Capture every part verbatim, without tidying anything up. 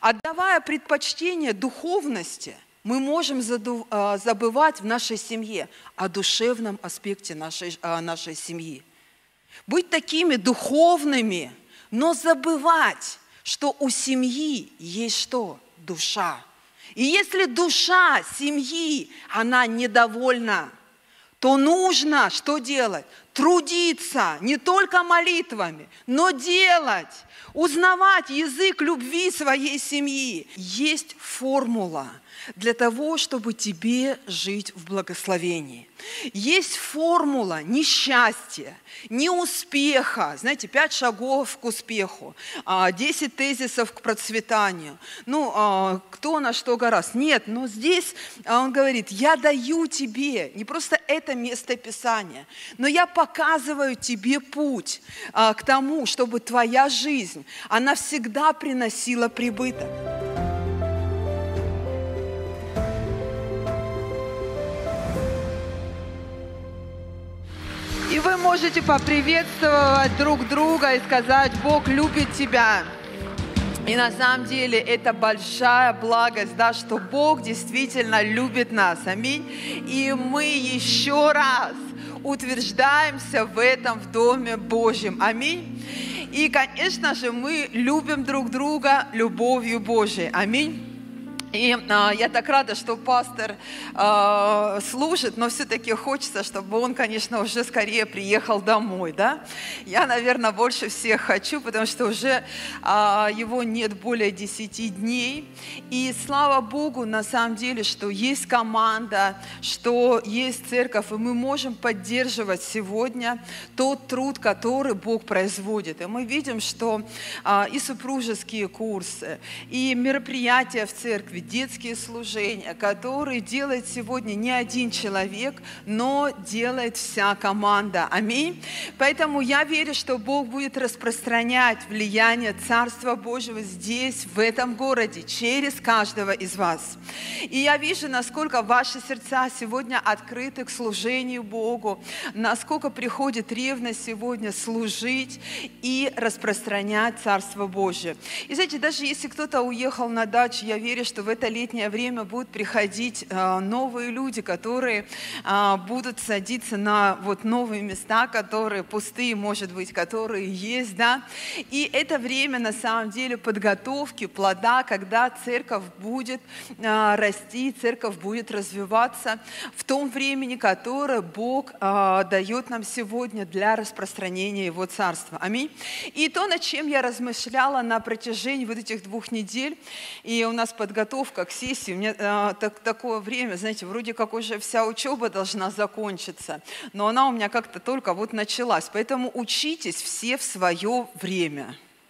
Отдавая предпочтение духовности, мы можем забывать в нашей семье о душевном аспекте нашей, нашей семьи. Быть такими духовными, но забывать, что у семьи есть что? Душа. И если душа семьи, она недовольна, то нужно что делать? Трудиться не только молитвами, но делать, узнавать язык любви своей семьи. Есть формула для того, чтобы тебе жить в благословении. Есть формула не счастья, не успеха. Знаете, пять шагов к успеху, десять тезисов к процветанию. Ну, кто на что гораст. Нет, но здесь он говорит, я даю тебе не просто это место Писания, но я показываю тебе путь к тому, чтобы твоя жизнь, она всегда приносила прибыток. И вы можете поприветствовать друг друга и сказать, Бог любит тебя. И на самом деле это большая благость, да, что Бог действительно любит нас. Аминь. И мы еще раз утверждаемся в этом в Доме Божьем. Аминь. И, конечно же, мы любим друг друга любовью Божией. Аминь. И а, я так рада, что пастор а, служит, но все-таки хочется, чтобы он, конечно, уже скорее приехал домой, да? Я, наверное, больше всех хочу, потому что уже а, его нет более десяти дней. И слава Богу, на самом деле, что есть команда, что есть церковь, и мы можем поддерживать сегодня тот труд, который Бог производит. И мы видим, что а, и супружеские курсы, и мероприятия в церкви, детские служения, которые делает сегодня не один человек, но делает вся команда. Аминь. Поэтому я верю, что Бог будет распространять влияние Царства Божьего здесь, в этом городе, через каждого из вас. И я вижу, насколько ваши сердца сегодня открыты к служению Богу, насколько приходит ревность сегодня служить и распространять Царство Божие. И знаете, даже если кто-то уехал на дачу, я верю, что в это летнее время будут приходить э, новые люди, которые э, будут садиться на вот новые места, которые пустые, может быть, которые есть, да. И это время, на самом деле, подготовки плода, когда церковь будет э, расти, церковь будет развиваться в том времени, которое Бог э, дает нам сегодня для распространения Его Царства. Аминь. И то, над чем я размышляла на протяжении вот этих двух недель, и у нас подготовка к сессии, у меня э, так, такое время, знаете, вроде как уже вся учеба должна закончиться, но она у меня как-то только вот началась. Поэтому учитесь все в свое время.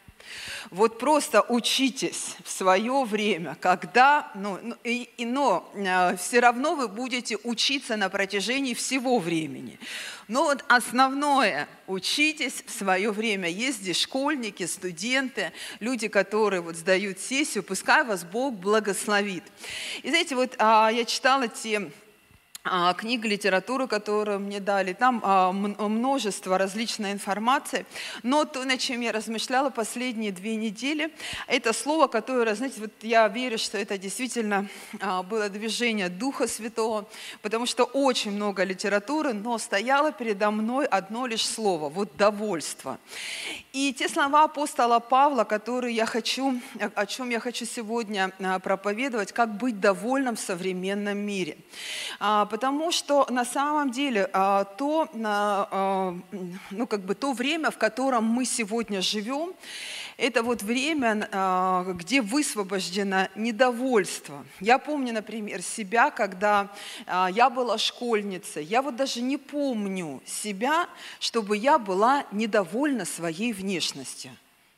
Вот просто учитесь в свое время, когда, ну, и, и, но э, все равно вы будете учиться на протяжении всего времени. Но вот основное, учитесь в свое время. Есть здесь школьники, студенты, люди, которые вот сдают сессию, пускай вас Бог благословит. И знаете, вот э, я читала те... книга, литературу, которую мне дали, там а, множество различной информации, но то, над чем я размышляла последние две недели, это слово, которое, знаете, вот я верю, что это действительно а, было движение Духа Святого, потому что очень много литературы, но стояло передо мной одно лишь слово, вот довольство. И те слова апостола Павла, которые я хочу, о чем я хочу сегодня проповедовать, как быть довольным в современном мире. Потому что на самом деле то, ну, как бы то время, в котором мы сегодня живем, это вот время, где высвобождено недовольство. Я помню, например, себя, когда я была школьницей. Я вот даже не помню себя, чтобы я была недовольна своей внешностью.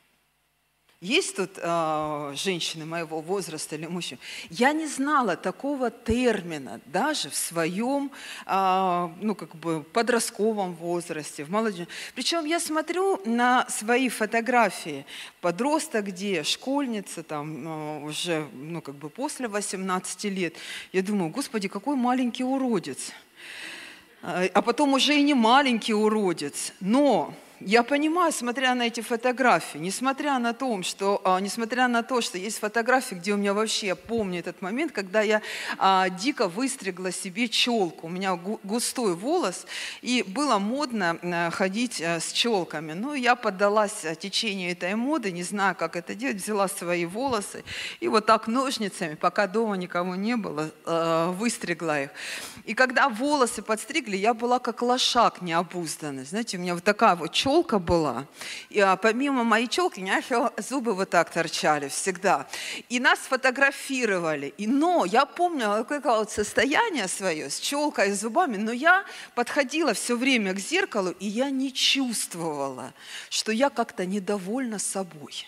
Есть тут э, женщины моего возраста или мужчины? Я не знала такого термина даже в своем э, ну, как бы подростковом возрасте, в молодежи. Причем я смотрю на свои фотографии, подросток где, школьница, там, э, уже ну, как бы после восемнадцати лет. Я думаю, Господи, какой маленький уродец. А потом уже и не маленький уродец, но... я понимаю, смотря на эти фотографии, несмотря на то, что, а, несмотря на то, что есть фотографии, где у меня вообще, я помню этот момент, когда я а, дико выстригла себе челку. У меня гу- густой волос, и было модно а, ходить а, с челками. Ну, я поддалась а, течению этой моды, не знаю, как это делать, взяла свои волосы и вот так ножницами, пока дома никого не было, а, выстригла их. И когда волосы подстригли, я была как лошак необузданный. Знаете, у меня вот такая вот челка была. И а, помимо моей челки, у меня еще зубы вот так торчали всегда. И нас фотографировали. И, но я помню какое вот состояние свое с челкой и зубами, но я подходила все время к зеркалу, и я не чувствовала, что я как-то недовольна собой.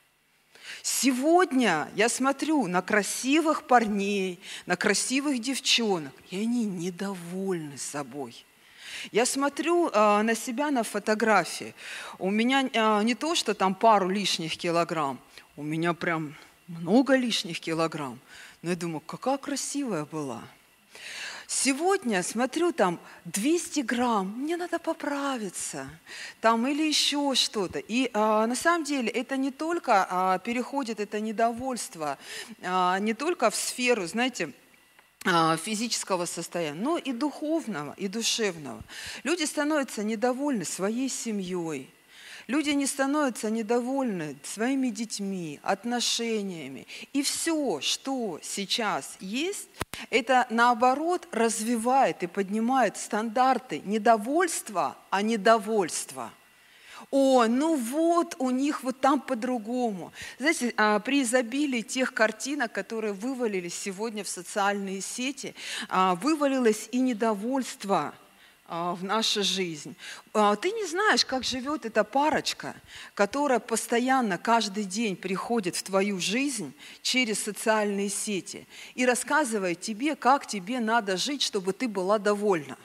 Сегодня я смотрю на красивых парней, на красивых девчонок, и они недовольны собой. Я смотрю э, на себя на фотографии. У меня э, не то, что там пару лишних килограмм, у меня прям много лишних килограмм. Но я думаю, какая красивая была. Сегодня смотрю, там двести грамм, мне надо поправиться, там или еще что-то. И а, на самом деле это не только а, переходит, это недовольство, а, не только в сферу, знаете, а, физического состояния, но и духовного, и душевного. Люди становятся недовольны своей семьей. Люди не становятся недовольны своими детьми, отношениями. И все, что сейчас есть, это наоборот развивает и поднимает стандарты недовольства, а недовольства. О, ну вот у них вот там по-другому. Знаете, при изобилии тех картинок, которые вывалились сегодня в социальные сети, вывалилось и недовольство в нашу жизнь. Ты не знаешь, как живет эта парочка, которая постоянно каждый день приходит в твою жизнь через социальные сети и рассказывает тебе, как тебе надо жить, чтобы ты была довольна.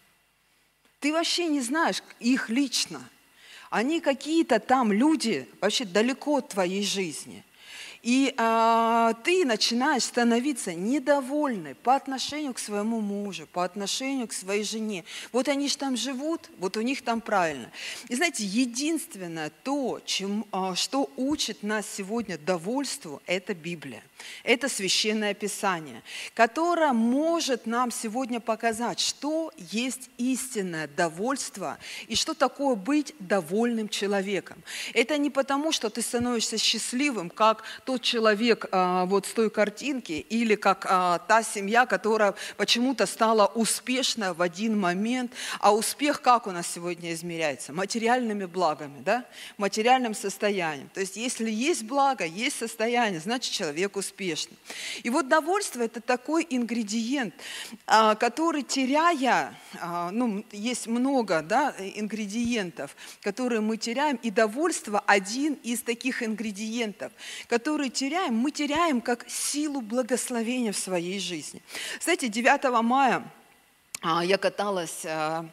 Ты вообще не знаешь их лично. Они какие-то там люди вообще далеко от твоей жизни. И а, ты начинаешь становиться недовольной по отношению к своему мужу, по отношению к своей жене. Вот они же там живут, вот у них там правильно. И знаете, единственное то, чем, а, что учит нас сегодня довольству, это Библия. Это Священное Писание, которое может нам сегодня показать, что есть истинное довольство и что такое быть довольным человеком. Это не потому, что ты становишься счастливым, как тот человек а, вот с той картинки, или как а, та семья, которая почему-то стала успешной в один момент. А успех как у нас сегодня измеряется? Материальными благами, да? Материальным состоянием. То есть если есть благо, есть состояние, значит человек успешный. И вот довольство – это такой ингредиент, а, который, теряя, а, ну, есть много, да, ингредиентов, которые мы теряем, и довольство – один из таких ингредиентов, который теряем, мы теряем как силу благословения в своей жизни. Знаете, девятого мая я каталась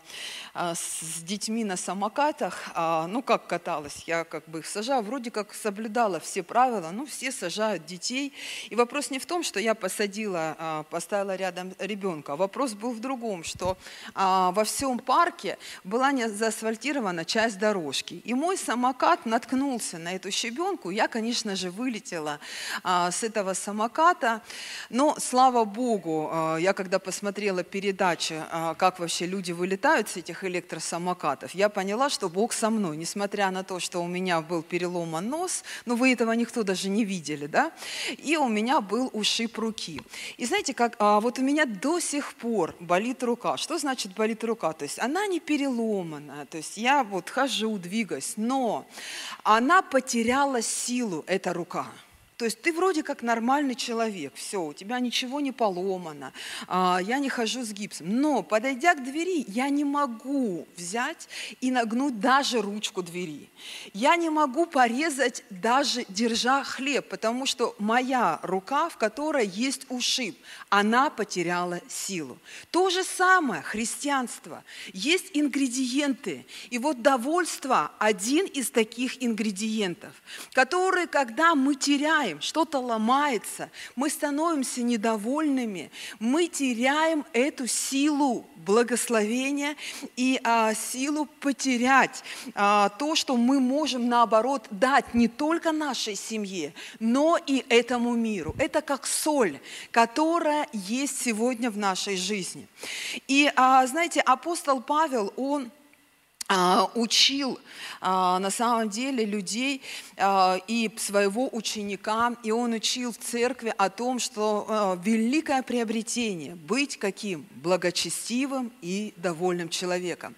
с детьми на самокатах. Ну, как каталась, я как бы их сажала, вроде как соблюдала все правила, ну, все сажают детей. И вопрос не в том, что я посадила, поставила рядом ребенка, вопрос был в другом, что во всем парке была не заасфальтирована часть дорожки. И мой самокат наткнулся на эту щебенку, я, конечно же, вылетела с этого самоката, но, слава Богу, я когда посмотрела передачу, как вообще люди вылетают с этих электросамокатов, я поняла, что Бог со мной, несмотря на то, что у меня был переломан нос, но вы этого никто даже не видели, да, и у меня был ушиб руки. И знаете, как, а, вот у меня до сих пор болит рука. Что значит болит рука? То есть она не переломана, то есть я вот хожу, двигаюсь, но она потеряла силу, эта рука. То есть ты вроде как нормальный человек, все, у тебя ничего не поломано, а, я не хожу с гипсом. Но, подойдя к двери, я не могу взять и нагнуть даже ручку двери. Я не могу порезать, даже держа хлеб, потому что моя рука, в которой есть ушиб, она потеряла силу. То же самое христианство. Есть ингредиенты. И вот довольство – один из таких ингредиентов, которые, когда мы теряем, теряем, что-то ломается, мы становимся недовольными, мы теряем эту силу благословения и а, силу потерять а, то, что мы можем, наоборот, дать не только нашей семье, но и этому миру. Это как соль, которая есть сегодня в нашей жизни. И, а, знаете, апостол Павел, он учил на самом деле людей и своего ученика, и он учил в церкви о том, что великое приобретение – быть каким? Благочестивым и довольным человеком.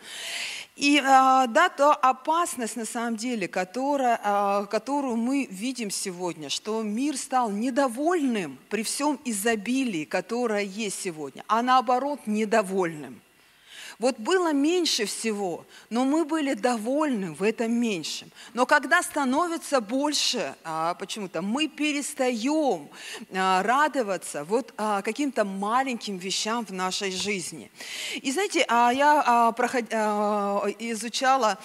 И да, то опасность на самом деле, которая, которую мы видим сегодня, что мир стал недовольным при всем изобилии, которое есть сегодня, а наоборот недовольным. Вот было меньше всего, но мы были довольны в этом меньшем. Но когда становится больше, а, почему-то мы перестаем а, радоваться вот а, каким-то маленьким вещам в нашей жизни. И знаете, а, я а, проход... а, изучала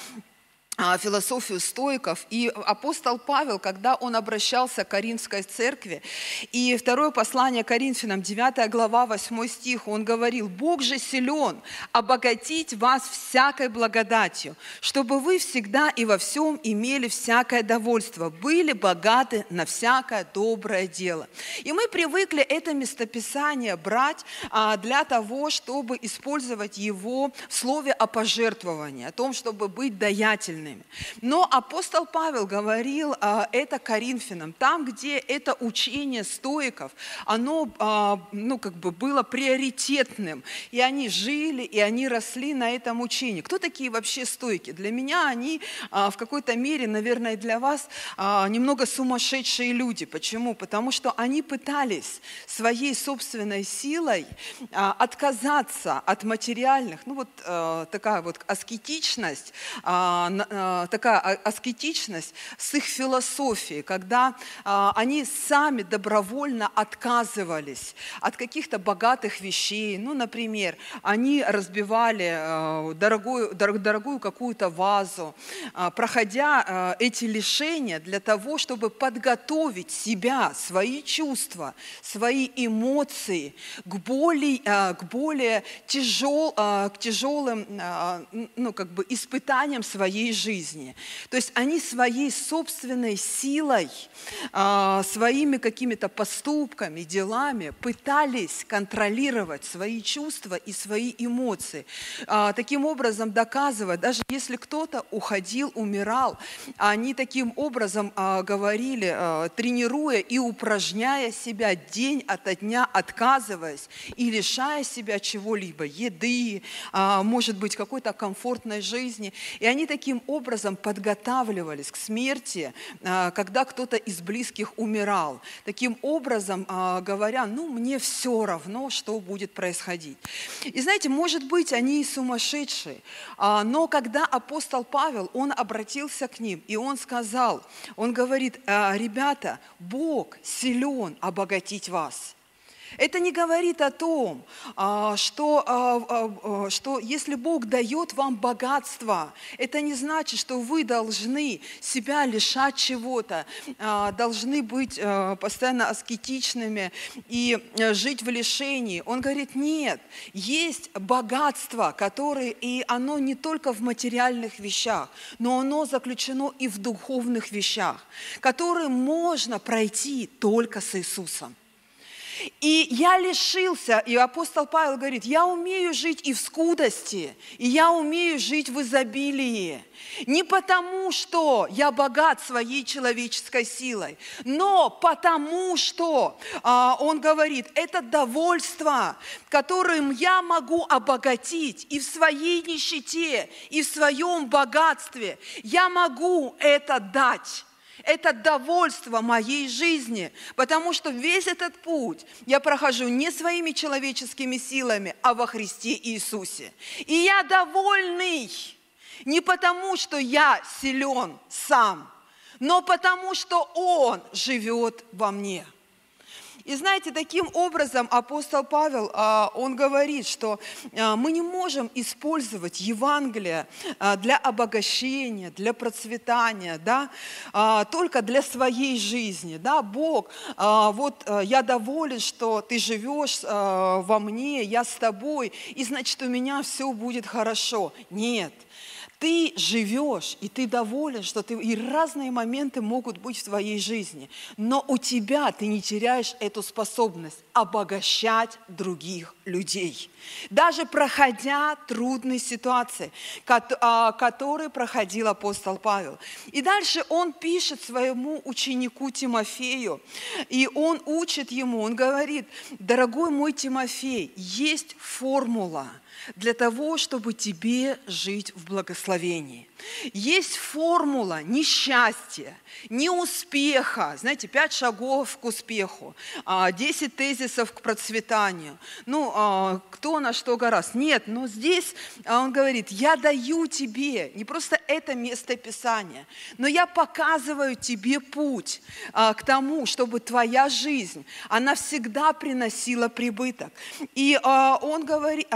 философию стоиков, и апостол Павел, когда он обращался к Коринфской церкви, и второе послание Коринфянам, девятая глава, восьмой стих, он говорил: «Бог же силен обогатить вас всякой благодатью, чтобы вы всегда и во всем имели всякое довольство, были богаты на всякое доброе дело». И мы привыкли это местописание брать для того, чтобы использовать его в слове о пожертвовании, о том, чтобы быть даятельными. Но апостол Павел говорил а, это Коринфянам, там, где это учение стоиков, оно а, ну, как бы было приоритетным, и они жили, и они росли на этом учении. Кто такие вообще стойки? Для меня они а, в какой-то мере, наверное, для вас а, немного сумасшедшие люди. Почему? Потому что они пытались своей собственной силой а, отказаться от материальных, ну вот а, такая вот аскетичность, а, такая аскетичность с их философией, когда а, они сами добровольно отказывались от каких-то богатых вещей. Ну, например, они разбивали а, дорогую, дор, дорогую какую-то вазу, а, проходя а, эти лишения для того, чтобы подготовить себя, свои чувства, свои эмоции к более, а, к более тяжел, а, к тяжелым а, ну, как бы испытаниям своей жизни. Жизни. То есть они своей собственной силой, своими какими-то поступками, делами пытались контролировать свои чувства и свои эмоции. Таким образом доказывая, даже если кто-то уходил, умирал, они таким образом говорили, тренируя и упражняя себя день ото дня, отказываясь и лишая себя чего-либо, еды, может быть, какой-то комфортной жизни. И они таким образом образом подготавливались к смерти, когда кто-то из близких умирал. Таким образом, говоря, ну, мне все равно, что будет происходить. И знаете, может быть, они и сумасшедшие, но когда апостол Павел, он обратился к ним, и он сказал, он говорит: ребята, Бог силен обогатить вас. Это не говорит о том, что, что если Бог дает вам богатство, это не значит, что вы должны себя лишать чего-то, должны быть постоянно аскетичными и жить в лишении. Он говорит: нет, есть богатство, которое, и оно не только в материальных вещах, но оно заключено и в духовных вещах, которые можно пройти только с Иисусом. И я лишился, и апостол Павел говорит: я умею жить и в скудости, и я умею жить в изобилии. Не потому, что я богат своей человеческой силой, но потому, что, а, он говорит, это довольство, которым я могу обогатить и в своей нищете, и в своем богатстве. Я могу это дать. Это довольство моей жизни, потому что весь этот путь я прохожу не своими человеческими силами, а во Христе Иисусе. И я довольный не потому, что я силен сам, но потому, что Он живет во мне. И знаете, таким образом апостол Павел, он говорит, что мы не можем использовать Евангелие для обогащения, для процветания, да, только для своей жизни. Да. Бог, вот я доволен, что ты живешь во мне, я с тобой, и значит, у меня все будет хорошо. Нет. Ты живешь, и ты доволен, что ты, и разные моменты могут быть в твоей жизни, но у тебя ты не теряешь эту способность обогащать других людей, даже проходя трудные ситуации, которые проходил апостол Павел. И дальше он пишет своему ученику Тимофею, и он учит ему, он говорит: дорогой мой Тимофей, есть формула для того, чтобы тебе жить в благословении. Есть формула не счастья, не успеха. Знаете, пять шагов к успеху, десять тезисов к процветанию. Ну, кто на что гораст. Нет, но здесь он говорит: я даю тебе не просто это место Писания, но я показываю тебе путь к тому, чтобы твоя жизнь, она всегда приносила прибыток. И он говорит...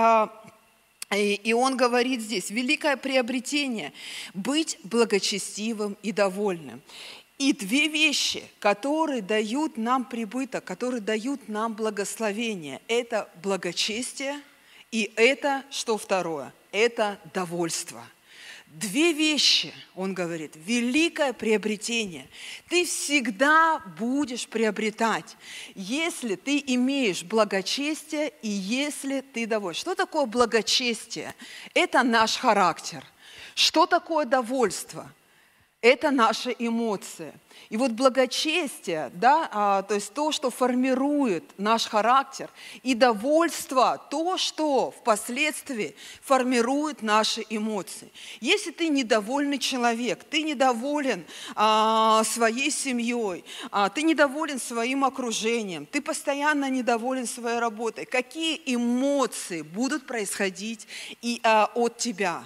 И он говорит здесь: великое приобретение – быть благочестивым и довольным. И две вещи, которые дают нам прибыток, которые дают нам благословение – это благочестие, и это, что второе? Это довольство. Две вещи, он говорит, великое приобретение. Ты всегда будешь приобретать, если ты имеешь благочестие и если ты доволен. Что такое благочестие? Это наш характер. Что такое довольство? Это наши эмоции. И вот благочестие, да, а, то есть то, что формирует наш характер, и довольство, то, что впоследствии формирует наши эмоции. Если ты недовольный человек, ты недоволен а, своей семьей, а, ты недоволен своим окружением, ты постоянно недоволен своей работой, какие эмоции будут происходить и, а, от тебя?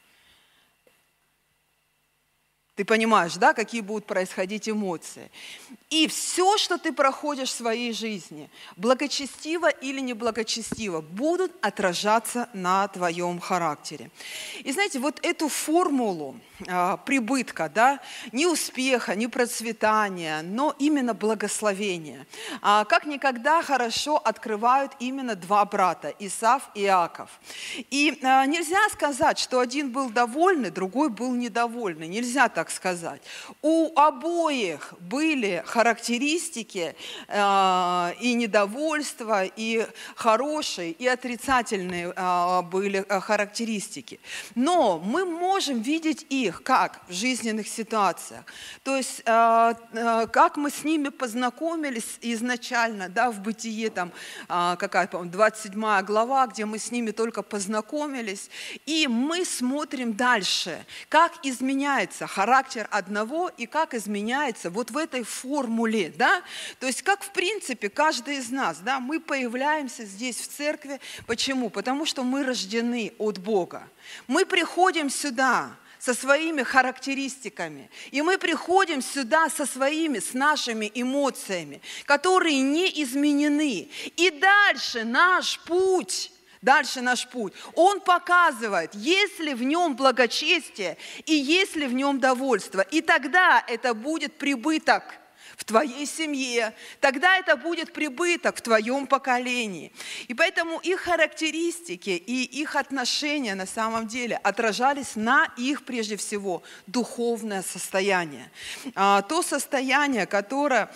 Ты понимаешь, да, какие будут происходить эмоции. И все, что ты проходишь в своей жизни, благочестиво или неблагочестиво, будут отражаться на твоем характере. И знаете, вот эту формулу а, прибытка, да, не успеха, не процветания, но именно благословения, а, как никогда хорошо открывают именно два брата, Исав и Иаков. И а, нельзя сказать, что один был довольный, другой был недовольный. Нельзя так сказать. У обоих были характеристики э, и недовольства, и хорошие, и отрицательные э, были характеристики. Но мы можем видеть их как в жизненных ситуациях. То есть, э, э, как мы с ними познакомились изначально, да, в Бытие, там, э, какая, по-моему, двадцать седьмая глава, где мы с ними только познакомились, и мы смотрим дальше, как изменяется характер одного и как изменяется вот в этой формуле, да, то есть как в принципе каждый из нас, да, мы появляемся здесь в церкви, почему? Потому что мы рождены от Бога, мы приходим сюда со своими характеристиками, и мы приходим сюда со своими, с нашими эмоциями, которые не изменены, и дальше наш путь. Дальше наш путь. Он показывает, есть ли в нем благочестие и есть ли в нем довольство. И тогда это будет прибыток в твоей семье, тогда это будет прибыток в твоем поколении. И поэтому их характеристики и их отношения на самом деле отражались на их, прежде всего, духовное состояние. То состояние, которое...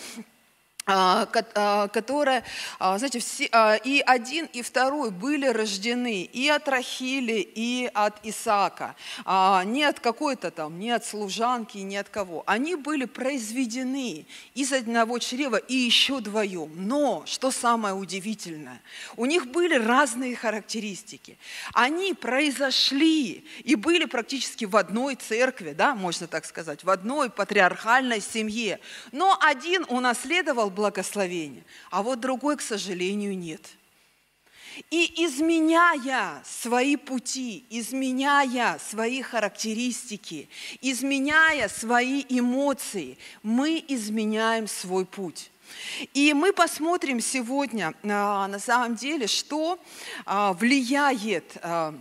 которая, знаете, все, и один, и второй были рождены и от Рахили, и от Исаака. Не от какой-то там, не от служанки, не от кого. Они были произведены из одного чрева и еще вдвоем. Но, что самое удивительное, у них были разные характеристики. Они произошли и были практически в одной церкви, да, можно так сказать, в одной патриархальной семье. Но один унаследовал благословение, а вот другой, к сожалению, нет. И изменяя свои пути, изменяя свои характеристики, изменяя свои эмоции, мы изменяем свой путь. И мы посмотрим сегодня, на самом деле, что влияет,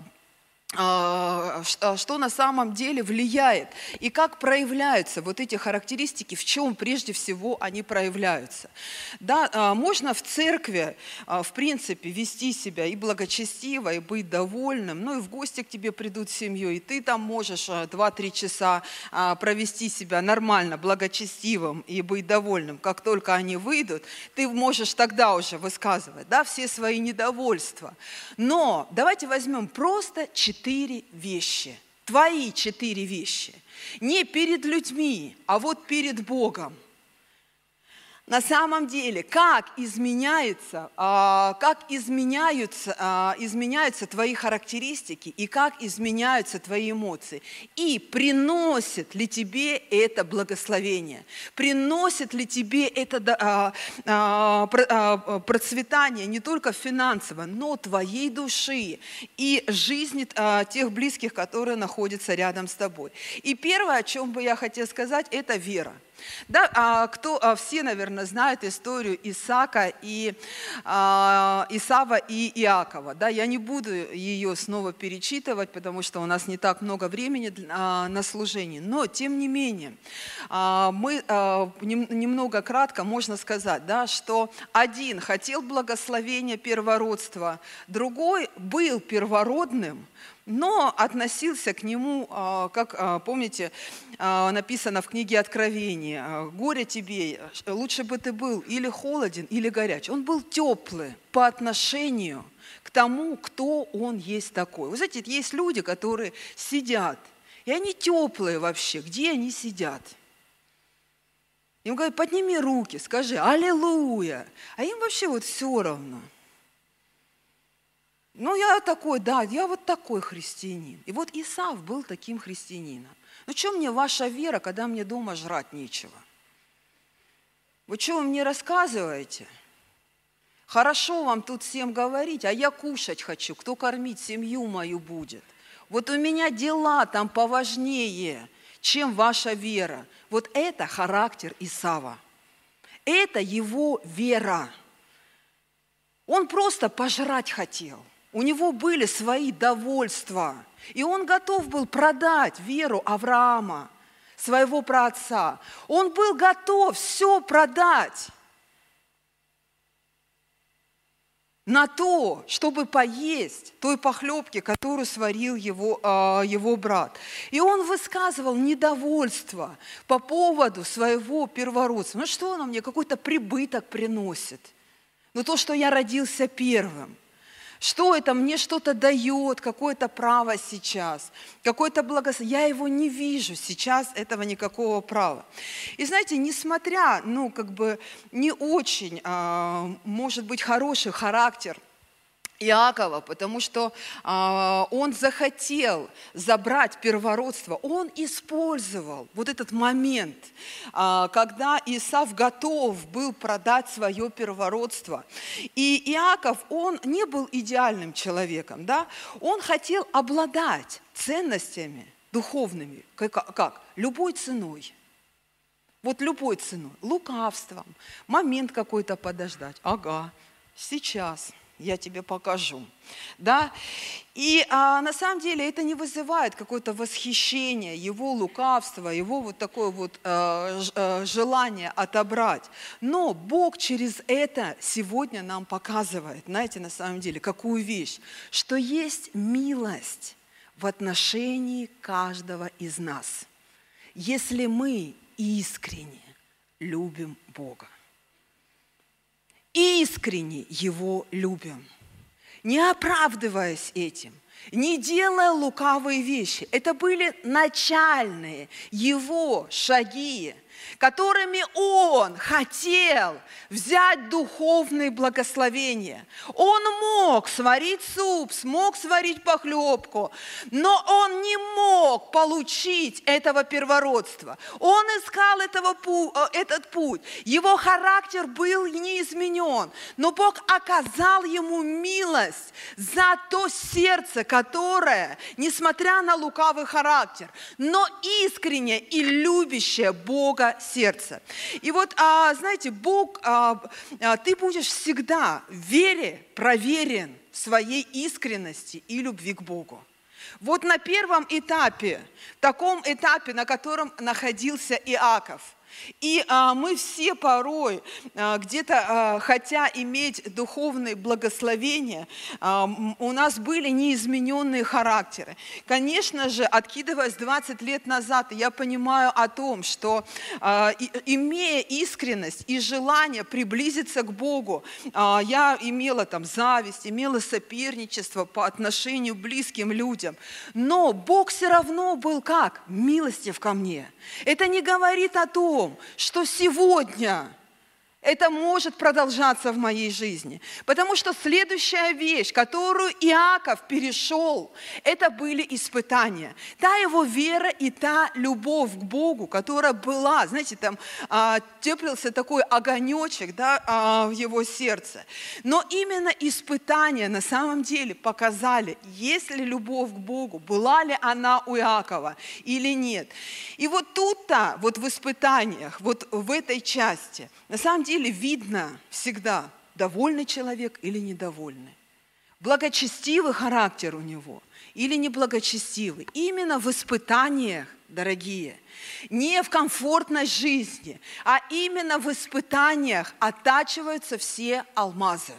что на самом деле влияет и как проявляются вот эти характеристики, в чем прежде всего они проявляются. Да, можно в церкви, в принципе, вести себя и благочестиво, и быть довольным, ну и в гости к тебе придут с семьей, и ты там можешь два-три часа провести себя нормально, благочестивым и быть довольным. Как только они выйдут, ты можешь тогда уже высказывать, да, все свои недовольства. Но давайте возьмем просто четыре Четыре вещи, твои четыре вещи, не перед людьми, а вот перед Богом. На самом деле, как изменяется, как изменяются, изменяются твои характеристики и как изменяются твои эмоции. И приносит ли тебе это благословение? Приносит ли тебе это процветание не только финансово, но твоей души и жизни тех близких, которые находятся рядом с тобой? И первое, о чем бы я хотела сказать, это вера. Да, а, кто, а, все, наверное, знают историю Исаака и, а, Исава и Иакова. Да, я не буду ее снова перечитывать, потому что у нас не так много времени а, на служение. Но, тем не менее, а, мы а, нем, немного кратко можно сказать, да, что один хотел благословения первородства, другой был первородным, но относился к нему, как, помните, написано в книге Откровения, «Горе тебе, лучше бы ты был или холоден, или горяч». Он был теплый по отношению к тому, кто он есть такой. Вы знаете, есть люди, которые сидят, и они теплые вообще. Где они сидят? Им говорят, подними руки, скажи «Аллилуйя», а им вообще вот все равно. Ну, я такой, да, я вот такой христианин. И вот Исав был таким христианином. Ну, что мне ваша вера, когда мне дома жрать нечего? Вы что, вы мне рассказываете? Хорошо вам тут всем говорить, а я кушать хочу. Кто кормить семью мою будет? Вот у меня дела там поважнее, чем ваша вера. Вот это характер Исава. Это его вера. Он просто пожрать хотел. У него были свои довольства, и он готов был продать веру Авраама, своего праотца. Он был готов все продать на то, чтобы поесть той похлебки, которую сварил его, его брат. И он высказывал недовольство по поводу своего первородства. Ну что оно мне, какой-то прибыток приносит? Ну то, что я родился первым. Что это мне что-то дает, какое-то право сейчас, какое-то благословение. Я его не вижу сейчас, этого никакого права. И знаете, несмотря, ну, как бы не очень, а, может быть, хороший характер Иакова, потому что а, он захотел забрать первородство, он использовал вот этот момент, а, когда Исав готов был продать свое первородство. И Иаков, он не был идеальным человеком, да? Он хотел обладать ценностями духовными, как? как? Любой ценой. Вот любой ценой, лукавством, момент какой-то подождать. Ага, сейчас я тебе покажу. Да? И а, на самом деле это не вызывает какое-то восхищение, его лукавство, его вот такое вот а, ж, а, желание отобрать. Но Бог через это сегодня нам показывает, знаете, на самом деле, какую вещь, что есть милость в отношении каждого из нас, если мы искренне любим Бога. Искренне Его любим, не оправдываясь этим, не делая лукавые вещи. Это были начальные Его шаги, которыми Он хотел взять духовные благословения. Он мог сварить суп, смог сварить похлебку, но Он не мог получить этого первородства. Он искал этого, этот путь. Его характер был не изменен, но Бог оказал ему милость за то сердце, которое, несмотря на лукавый характер, но искренне и любящее Бога Бога сердца. И вот, а, знаете, Бог, а, а, ты будешь всегда в вере проверен в своей искренности и любви к Богу. Вот на первом этапе, таком этапе, на котором находился Иаков, и а, мы все порой, а, где-то а, хотя иметь духовные благословения, а, у нас были неизмененные характеры. Конечно же, откидываясь двадцать лет назад, я понимаю о том, что а, и, имея искренность и желание приблизиться к Богу, а, я имела там зависть, имела соперничество по отношению к близким людям. Но Бог все равно был как? Милостив ко мне. Это не говорит о том, что сегодня это может продолжаться в моей жизни. Потому что следующая вещь, которую Иаков перешел, это были испытания. Та его вера и та любовь к Богу, которая была, знаете, там а, теплился такой огонечек, да, а, в его сердце. Но именно испытания на самом деле показали, есть ли любовь к Богу, была ли она у Иакова или нет. И вот тут-то, вот в испытаниях, вот в этой части, на самом деле, видно всегда, довольный человек или недовольный. Благочестивый характер у него или неблагочестивый. Именно в испытаниях, дорогие, не в комфортной жизни, а именно в испытаниях оттачиваются все алмазы.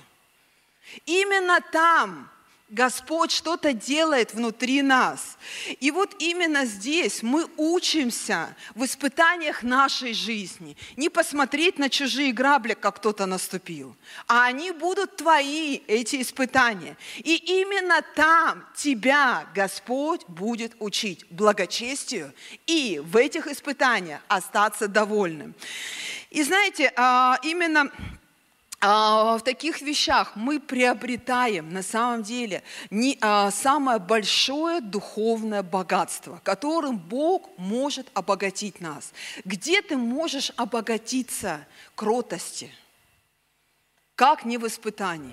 Именно там Господь что-то делает внутри нас. И вот именно здесь мы учимся в испытаниях нашей жизни. Не посмотреть на чужие грабли, как кто-то наступил, а они будут твои, эти испытания. И именно там тебя Господь будет учить благочестию и в этих испытаниях остаться довольным. И знаете, именно в таких вещах мы приобретаем на самом деле не, а, самое большое духовное богатство, которым Бог может обогатить нас. Где ты можешь обогатиться кротости? Как не в испытании?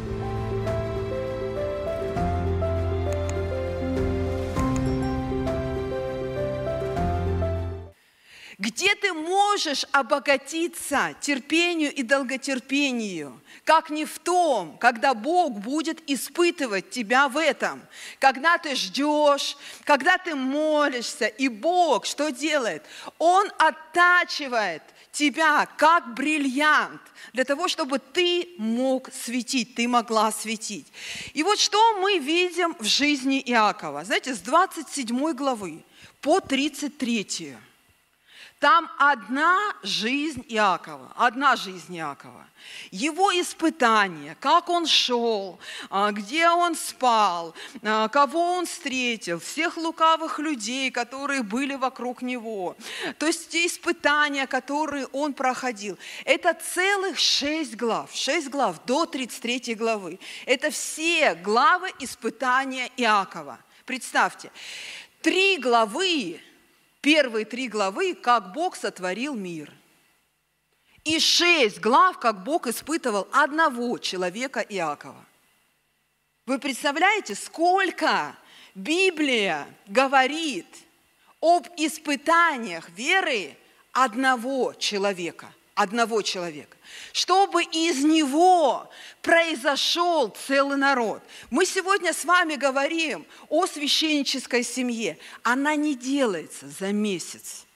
Где ты можешь обогатиться терпению и долготерпению, как не в том, когда Бог будет испытывать тебя в этом, когда ты ждешь, когда ты молишься, и Бог что делает? Он оттачивает тебя как бриллиант для того, чтобы ты мог светить, ты могла светить. И вот что мы видим в жизни Иакова. Знаете, с двадцать седьмой главы по тридцать третью. Там одна жизнь Иакова, одна жизнь Иакова. Его испытания, как он шел, где он спал, кого он встретил, всех лукавых людей, которые были вокруг него. То есть те испытания, которые он проходил. Это целых шесть глав, шесть глав до тридцать третьей главы. Это все главы испытания Иакова. Представьте, три главы, первые три главы, как Бог сотворил мир. И шесть глав, как Бог испытывал одного человека Иакова. Вы представляете, сколько Библия говорит об испытаниях веры одного человека, одного человека, чтобы из него произошел целый народ. Мы сегодня с вами говорим о священнической семье. Она не делается за месяц.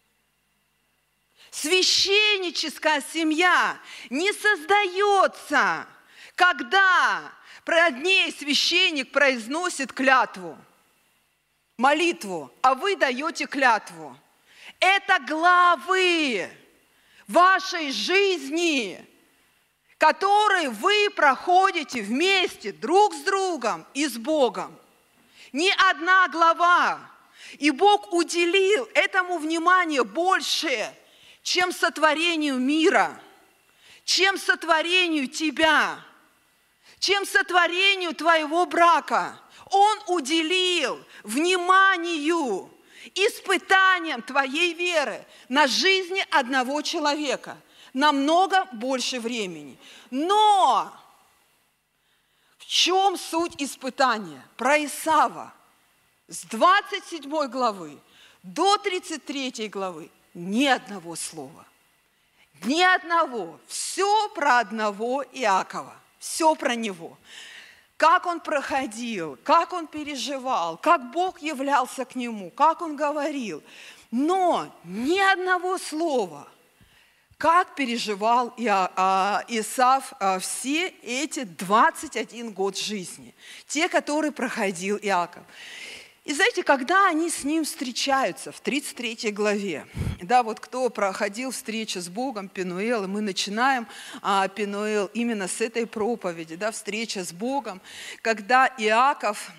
Священническая семья не создается, когда пред ней священник произносит клятву, молитву, а вы даете клятву. Это главы вашей жизни, которые вы проходите вместе друг с другом и с Богом. Ни одна глава. И Бог уделил этому внимание больше, чем сотворению мира, чем сотворению тебя, чем сотворению твоего брака. Он уделил вниманию испытанием твоей веры на жизни одного человека намного больше времени. Но в чем суть испытания? Про Исава с двадцать седьмой главы до тридцать третьей главы ни одного слова. Ни одного. Все про одного Иакова. Все про него. Как он проходил, как он переживал, как Бог являлся к нему, как он говорил. Но ни одного слова, как переживал Исав все эти двадцать один год жизни, те, которые проходил Иаков. И знаете, когда они с ним встречаются в тридцать третьей главе, да, вот кто проходил встречу с Богом, Пенуэл, и мы начинаем а, Пенуэл именно с этой проповеди, да, встреча с Богом, когда Иаков,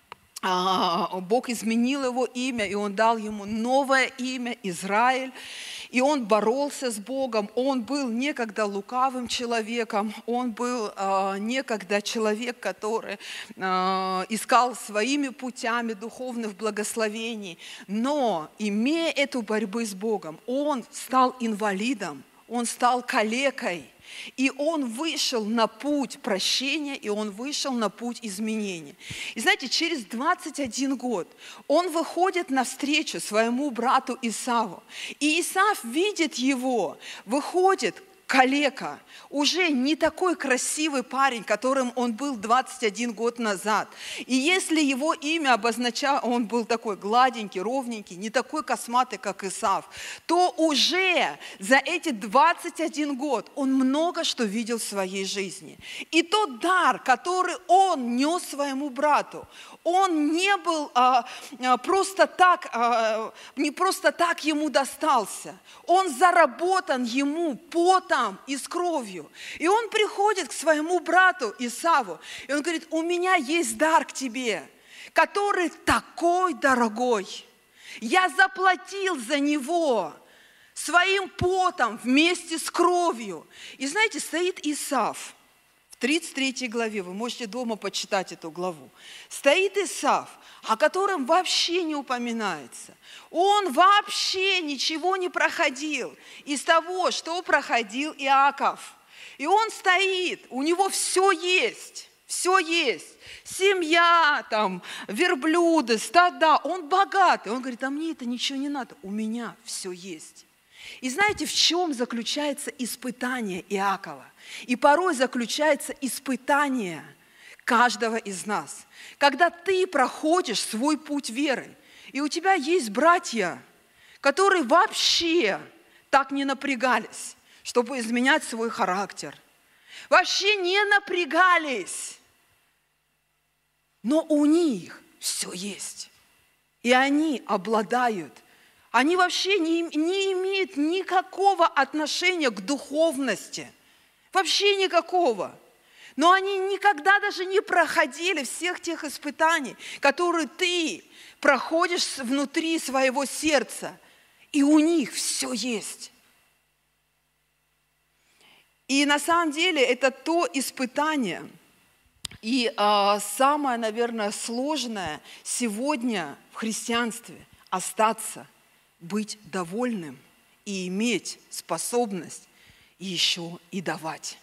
а, Бог изменил его имя, и он дал ему новое имя Израиль. И он боролся с Богом, он был некогда лукавым человеком, он был э, некогда человек, который э, искал своими путями духовных благословений. Но, имея эту борьбу с Богом, он стал инвалидом, он стал калекой. И он вышел на путь прощения, и он вышел на путь изменения. И знаете, через двадцать один год он выходит навстречу своему брату Исаву. И Исав видит его, выходит калека, уже не такой красивый парень, которым он был двадцать один год назад. И если его имя обозначало, он был такой гладенький, ровненький, не такой косматый, как Исав, то уже за эти двадцать один год он много что видел в своей жизни. И тот дар, который он нес своему брату, он не был а, а, просто так, а, не просто так ему достался. Он заработан ему потом и с кровью. И он приходит к своему брату Исаву, и он говорит: у меня есть дар к тебе, который такой дорогой. Я заплатил за него своим потом вместе с кровью. И знаете, стоит Исав. В тридцать третьей главе, вы можете дома почитать эту главу, стоит Исав, о котором вообще не упоминается. Он вообще ничего не проходил из того, что проходил Иаков. И он стоит, у него все есть, все есть. Семья, там, верблюды, стада, он богатый. Он говорит: а мне это ничего не надо, у меня все есть. И знаете, в чем заключается испытание Иакова? И порой заключается испытание каждого из нас. Когда ты проходишь свой путь веры, и у тебя есть братья, которые вообще так не напрягались, чтобы изменять свой характер. Вообще не напрягались. Но у них все есть. И они обладают. Они вообще не, не имеют никакого отношения к духовности. Вообще никакого. Но они никогда даже не проходили всех тех испытаний, которые ты проходишь внутри своего сердца. И у них все есть. И на самом деле это то испытание. И а, самое, наверное, сложное сегодня в христианстве – остаться, быть довольным и иметь способность еще и давать.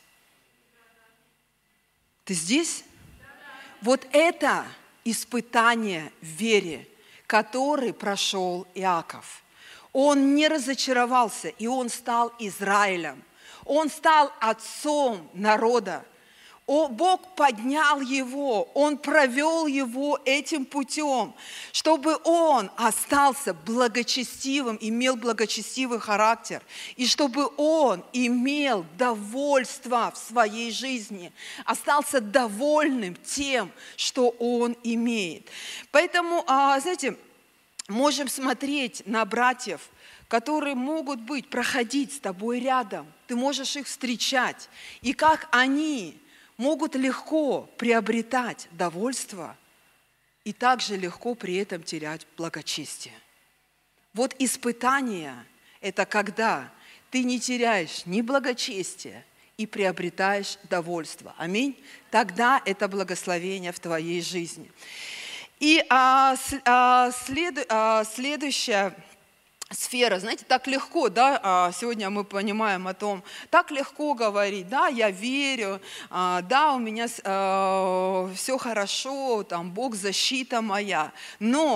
Ты здесь? Вот это испытание в вере, который прошел Иаков. Он не разочаровался, и он стал Израилем. Он стал отцом народа. О, Бог поднял его, Он провел его этим путем, чтобы он остался благочестивым, имел благочестивый характер, и чтобы он имел довольство в своей жизни, остался довольным тем, что он имеет. Поэтому, знаете, можем смотреть на братьев, которые могут быть, проходить с тобой рядом. Ты можешь их встречать, и как они могут легко приобретать довольство и также легко при этом терять благочестие. Вот испытание – это когда ты не теряешь ни благочестия и приобретаешь довольство. Аминь. Тогда это благословение в твоей жизни. И а, а, следу, а, следующая сфера, знаете, так легко, да, сегодня мы понимаем о том, так легко говорить, да, я верю, да, у меня все хорошо, там, Бог защита моя, но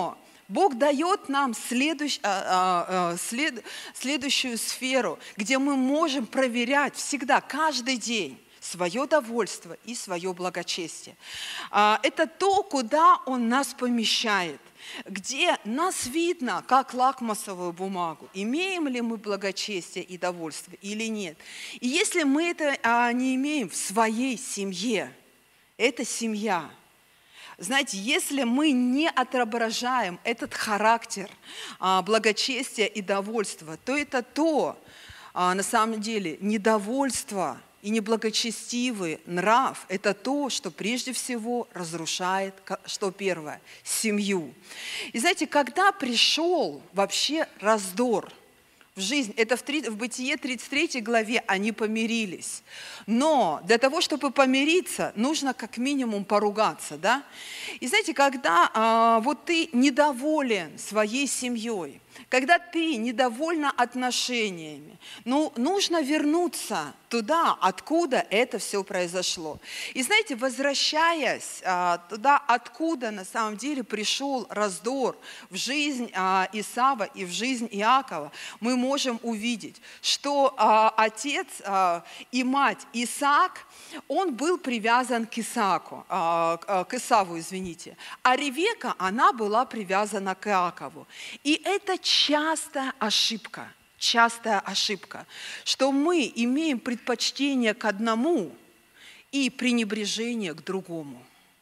Бог дает нам следующ, а, а, след, следующую сферу, где мы можем проверять всегда, каждый день, свое довольство и свое благочестие. А, это то, куда Он нас помещает, где нас видно, как лакмусовую бумагу, имеем ли мы благочестие и довольство или нет. И если мы это а, не имеем в своей семье, это семья. Знаете, если мы не отображаем этот характер а, благочестия и довольства, то это то, а, на самом деле, недовольство и неблагочестивый нрав – это то, что прежде всего разрушает, что первое, семью. И знаете, когда пришел вообще раздор в жизнь, это в, три, в Бытие тридцать третьей главе они помирились. Но для того, чтобы помириться, нужно как минимум поругаться, да? И знаете, когда а, вот ты недоволен своей семьей, когда ты недовольна отношениями, ну, нужно вернуться туда, откуда это все произошло. И знаете, возвращаясь а, туда, откуда на самом деле пришел раздор в жизнь а, Исава и в жизнь Иакова, мы можем увидеть, что а, отец а, и мать Исаак, он был привязан к Исааку, а, к Исаву, извините, а Ревека, она была привязана к Иакову. И это частая ошибка, частая ошибка, что мы имеем предпочтение к одному и пренебрежение к другому.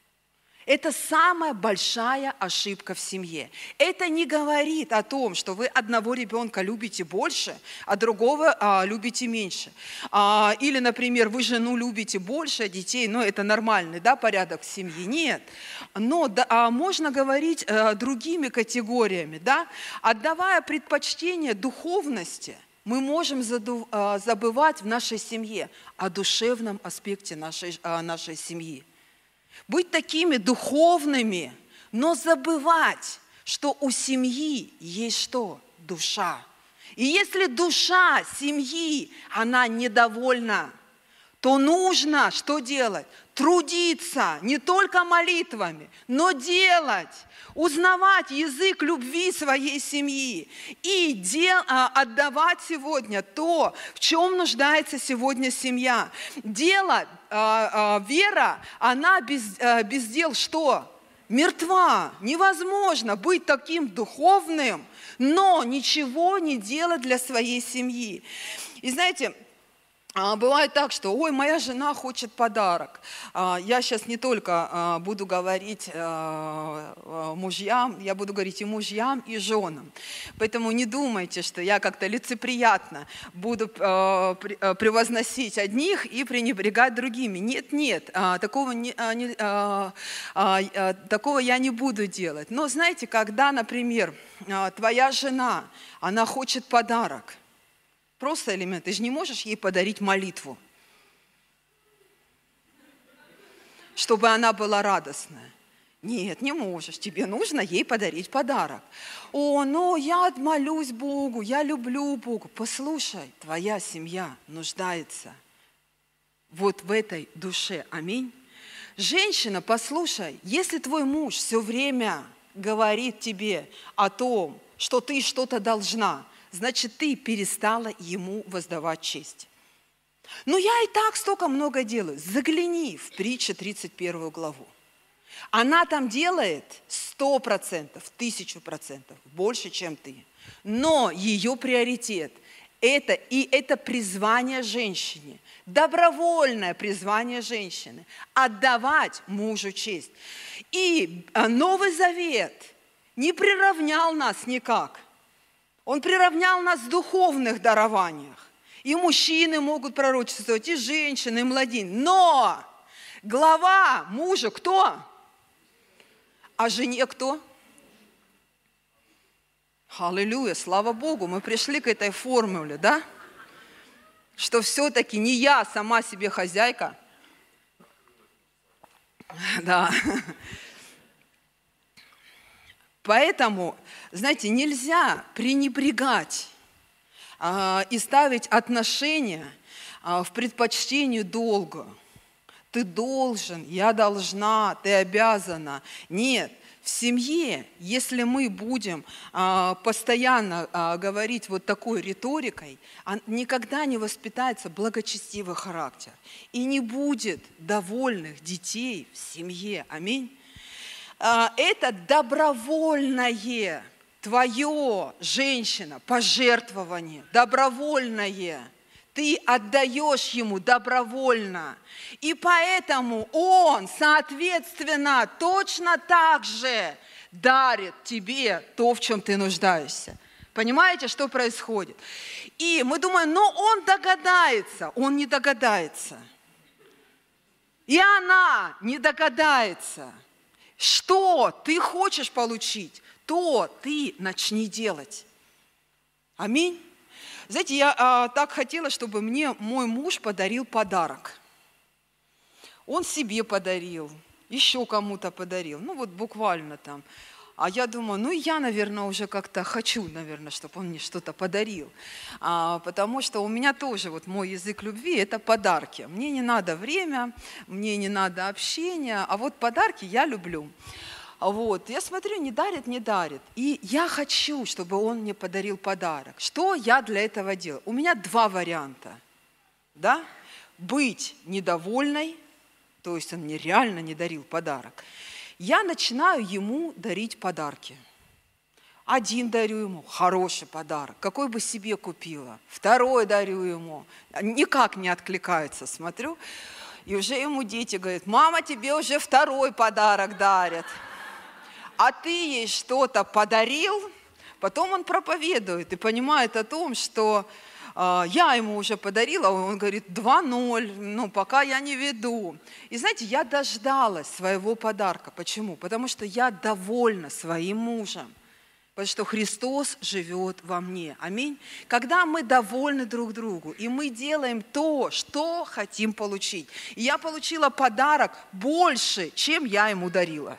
Это самая большая ошибка в семье. Это не говорит о том, что вы одного ребенка любите больше, а другого а, любите меньше. А, или, например, вы жену любите больше, а детей, ну, это нормальный, да, порядок в семье. Нет. Но да, а можно говорить а, другими категориями, да, отдавая предпочтение духовности, мы можем заду, а, забывать в нашей семье о душевном аспекте нашей, а, нашей семьи. Быть такими духовными, но забывать, что у семьи есть что? Душа. И если душа семьи, она недовольна, то нужно что делать? Трудиться не только молитвами, но делать, узнавать язык любви своей семьи и дел, отдавать сегодня то, в чем нуждается сегодня семья. Дело, вера, она без, без дел что? Мертва. Невозможно быть таким духовным, но ничего не делать для своей семьи. И знаете, бывает так, что, ой, моя жена хочет подарок. Я сейчас не только буду говорить мужьям, я буду говорить и мужьям, и женам. Поэтому не думайте, что я как-то лицеприятно буду превозносить одних и пренебрегать другими. Нет, нет, такого, не, такого я не буду делать. Но знаете, когда, например, твоя жена, она хочет подарок, просто элемент. Ты же не можешь ей подарить молитву, чтобы она была радостная. Нет, не можешь. Тебе нужно ей подарить подарок. О, ну я молюсь Богу, я люблю Бога. Послушай, твоя семья нуждается вот в этой душе. Аминь. Женщина, послушай, если твой муж все время говорит тебе о том, что ты что-то должна, значит, ты перестала ему воздавать честь. Но я и так столько много делаю. Загляни в Притчи тридцать первую главу. Она там делает сто процентов, тысячу процентов, больше, чем ты. Но ее приоритет – это и это призвание женщине, добровольное призвание женщины – отдавать мужу честь. И Новый Завет не приравнял нас никак. Он приравнял нас в духовных дарованиях. И мужчины могут пророчествовать, и женщины, и младенцы. Но глава мужа кто? А жене кто? Аллилуйя, слава Богу, мы пришли к этой формуле, да? Что все-таки не я сама себе хозяйка. Да. Поэтому, знаете, нельзя пренебрегать а, и ставить отношения а, в предпочтении долга. Ты должен, я должна, ты обязана. Нет, в семье, если мы будем а, постоянно а, говорить вот такой риторикой, а, никогда не воспитается благочестивый характер. И не будет довольных детей в семье. Аминь. А, это добровольное твое, женщина, пожертвование, добровольное. Ты отдаешь ему добровольно. И поэтому он, соответственно, точно так же дарит тебе то, в чем ты нуждаешься. Понимаете, что происходит? И мы думаем, ну он догадается. Он не догадается. И она не догадается. Что ты хочешь получить, то ты начни делать. Аминь. Знаете, я а, так хотела, чтобы мне мой муж подарил подарок. Он себе подарил, еще кому-то подарил. Ну вот буквально там. А я думаю, ну я, наверное, уже как-то хочу, наверное, чтобы он мне что-то подарил. А, потому что у меня тоже вот мой язык любви – это подарки. Мне не надо время, мне не надо общения, а вот подарки я люблю. Вот. Я смотрю, не дарит, не дарит. И я хочу, чтобы он мне подарил подарок. Что я для этого делаю? У меня два варианта. Да? Быть недовольной, то есть он мне реально не дарил подарок. Я начинаю ему дарить подарки. Один дарю ему, хороший подарок, какой бы себе купила. Второй дарю ему, никак не откликается, смотрю. И уже ему дети говорят, мама, тебе уже второй подарок дарят. А ты ей что-то подарил, потом он проповедует и понимает о том, что э, я ему уже подарила, он говорит, два ноль, ну, пока я не веду. И знаете, я дождалась своего подарка. Почему? Потому что я довольна своим мужем, потому что Христос живет во мне. Аминь. Когда мы довольны друг другу, и мы делаем то, что хотим получить. И я получила подарок больше, чем я ему дарила.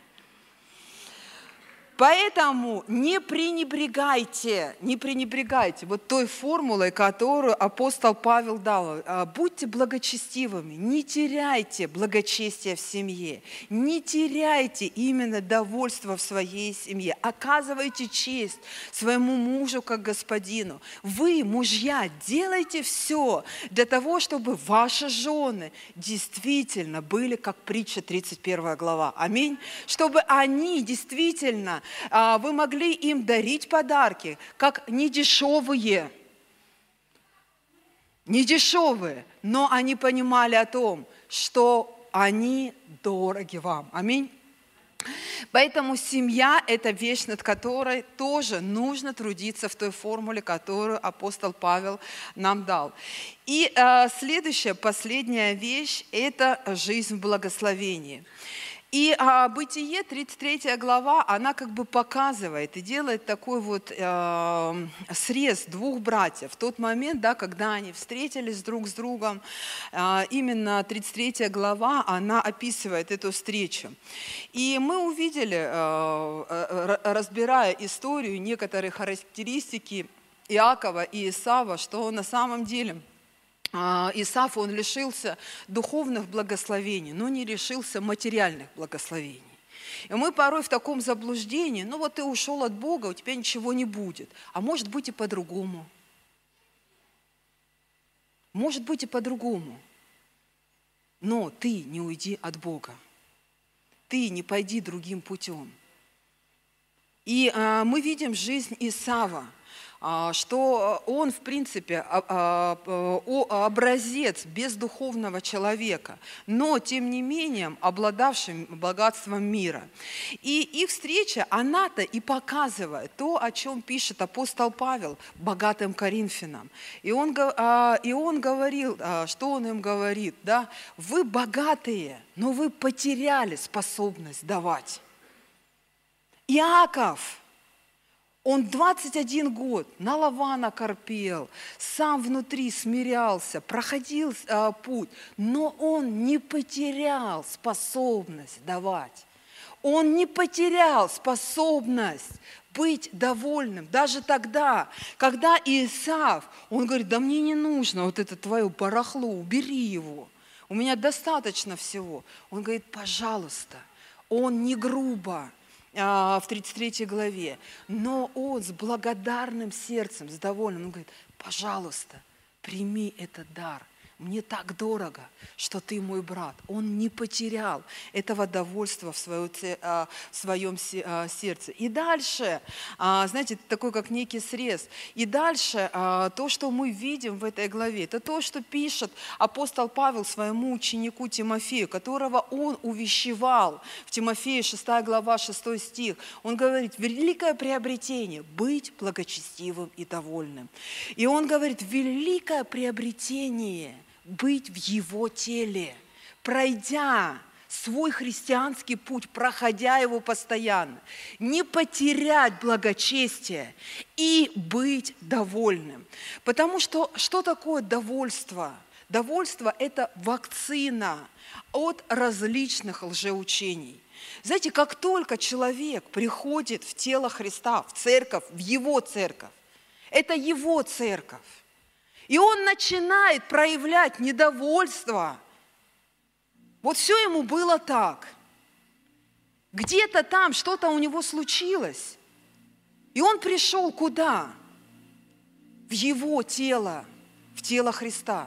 Поэтому не пренебрегайте, не пренебрегайте вот той формулой, которую апостол Павел дал. Будьте благочестивыми, не теряйте благочестие в семье, не теряйте именно довольство в своей семье. Оказывайте честь своему мужу как господину. Вы, мужья, делайте все для того, чтобы ваши жены действительно были, как притча тридцать первая глава. Аминь. Чтобы они действительно вы могли им дарить подарки, как недешевые, недешевые, но они понимали о том, что они дороги вам. Аминь. Поэтому семья – это вещь, над которой тоже нужно трудиться в той формуле, которую апостол Павел нам дал. И э, следующая, последняя вещь – это жизнь в благословении. И а, Бытие, тридцать третья глава, она как бы показывает и делает такой вот э, срез двух братьев. В тот момент, да, когда они встретились друг с другом, э, именно тридцать третья глава, она описывает эту встречу. И мы увидели, э, разбирая историю, некоторые характеристики Иакова и Исава, что на самом деле Исав, он лишился духовных благословений, но не лишился материальных благословений. И мы порой в таком заблуждении, ну вот ты ушел от Бога, у тебя ничего не будет. А может быть и по-другому. Может быть и по-другому. Но ты не уйди от Бога. Ты не пойди другим путем. И а, мы видим жизнь Исава, что он, в принципе, образец бездуховного человека, но, тем не менее, обладавшим богатством мира. И их встреча, она-то и показывает то, о чем пишет апостол Павел богатым Коринфянам. И он, и он говорил, что он им говорит, да, вы богатые, но вы потеряли способность давать. Иаков, он двадцать один год на Лавана корпел, сам внутри смирялся, проходил э, путь, но он не потерял способность давать. Он не потерял способность быть довольным. Даже тогда, когда Исав, он говорит, да мне не нужно вот это твое барахло, убери его, у меня достаточно всего. Он говорит, пожалуйста, он не грубо, в тридцать третьей главе. Но он с благодарным сердцем, с довольным, он говорит: пожалуйста, прими этот дар. Мне так дорого, что ты мой брат. Он не потерял этого довольства в, свое, в своем сердце. И дальше, знаете, такой как некий срез. И дальше то, что мы видим в этой главе, это то, что пишет апостол Павел своему ученику Тимофею, которого он увещевал в Тимофея шестая глава, шестой стих. Он говорит: великое приобретение – быть благочестивым и довольным. И он говорит: великое приобретение – быть в Его теле, пройдя свой христианский путь, проходя его постоянно, не потерять благочестие и быть довольным. Потому что что такое довольство? Довольство – это вакцина от различных лжеучений. Знаете, как только человек приходит в тело Христа, в церковь, в Его церковь, это Его церковь, и он начинает проявлять недовольство. Вот все ему было так. Где-то там что-то у него случилось. И он пришел куда? В его тело, в тело Христа.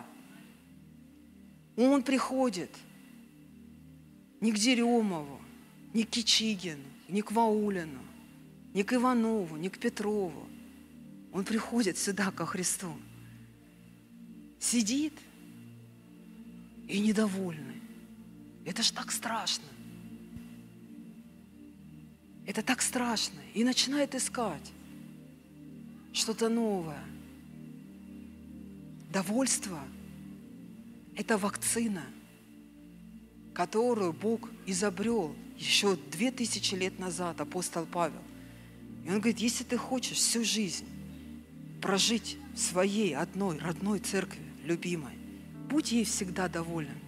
Он приходит не к Деремову, не к Кичигину, не к Ваулину, не к Иванову, не к Петрову. Он приходит сюда, ко Христу. Сидит и недовольный. Это ж так страшно. Это так страшно. И начинает искать что-то новое. Довольство – это вакцина, которую Бог изобрел еще две тысячи лет назад, апостол Павел. И он говорит: если ты хочешь всю жизнь прожить в своей одной родной церкви, любимой, будь ей всегда доволен.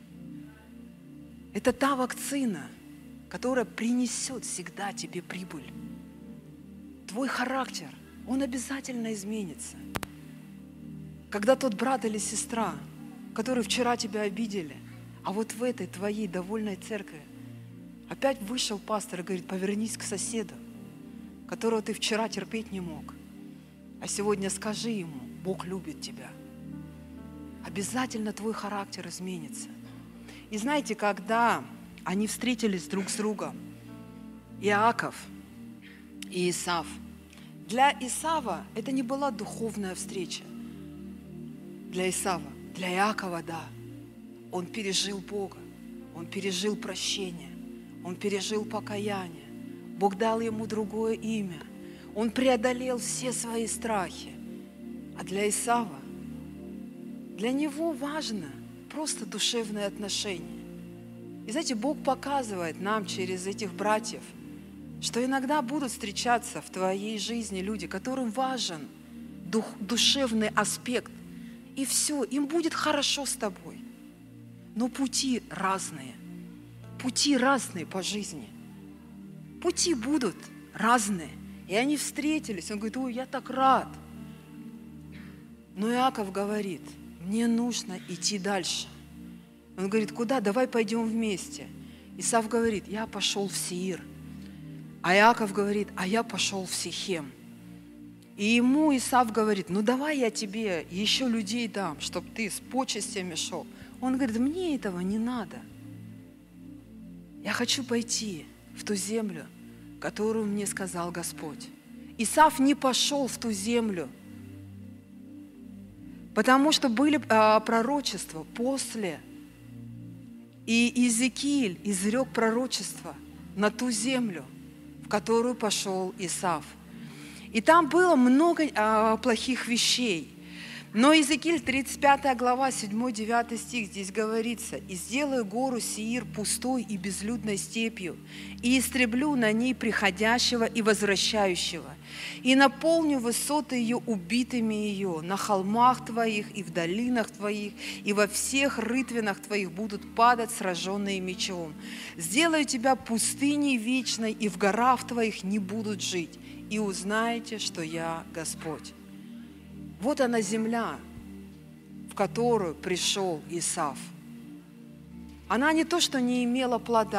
Это та вакцина, которая принесет всегда тебе прибыль. Твой характер, он обязательно изменится. Когда тот брат или сестра, которые вчера тебя обидели, а вот в этой твоей довольной церкви опять вышел пастор и говорит: повернись к соседу, которого ты вчера терпеть не мог, а сегодня скажи ему: Бог любит тебя. Обязательно твой характер изменится. И знаете, когда они встретились друг с другом, Иаков и Исав, для Исава это не была духовная встреча. Для Исава, для Иакова, да. Он пережил Бога, он пережил прощение, он пережил покаяние. Бог дал ему другое имя. Он преодолел все свои страхи. А для Исава, для него важно просто душевные отношения. И знаете, Бог показывает нам через этих братьев, что иногда будут встречаться в твоей жизни люди, которым важен дух, душевный аспект. И все, им будет хорошо с тобой. Но пути разные. Пути разные по жизни. Пути будут разные. И они встретились. Он говорит: ой, я так рад. Но Иаков говорит: мне нужно идти дальше. Он говорит: куда? Давай пойдем вместе. Исав говорит: я пошел в Сеир. А Иаков говорит: а я пошел в Сихем. И ему Исав говорит: ну давай я тебе еще людей дам, чтобы ты с почестями шел. Он говорит: мне этого не надо. Я хочу пойти в ту землю, которую мне сказал Господь. Исав не пошел в ту землю, потому что были а, пророчества после. И Иезекииль изрек пророчество на ту землю, в которую пошел Исав. И там было много а, плохих вещей. Но Иезекииль, тридцать пятая глава, седьмой-девятый стих, здесь говорится: «И сделаю гору Сеир пустой и безлюдной степью, и истреблю на ней приходящего и возвращающего, и наполню высоты ее убитыми ее, на холмах твоих и в долинах твоих, и во всех рытвинах твоих будут падать сраженные мечом. Сделаю тебя пустыней вечной, и в горах твоих не будут жить, и узнаете, что я Господь». Вот она земля, в которую пришел Исав. Она не то, что не имела плода,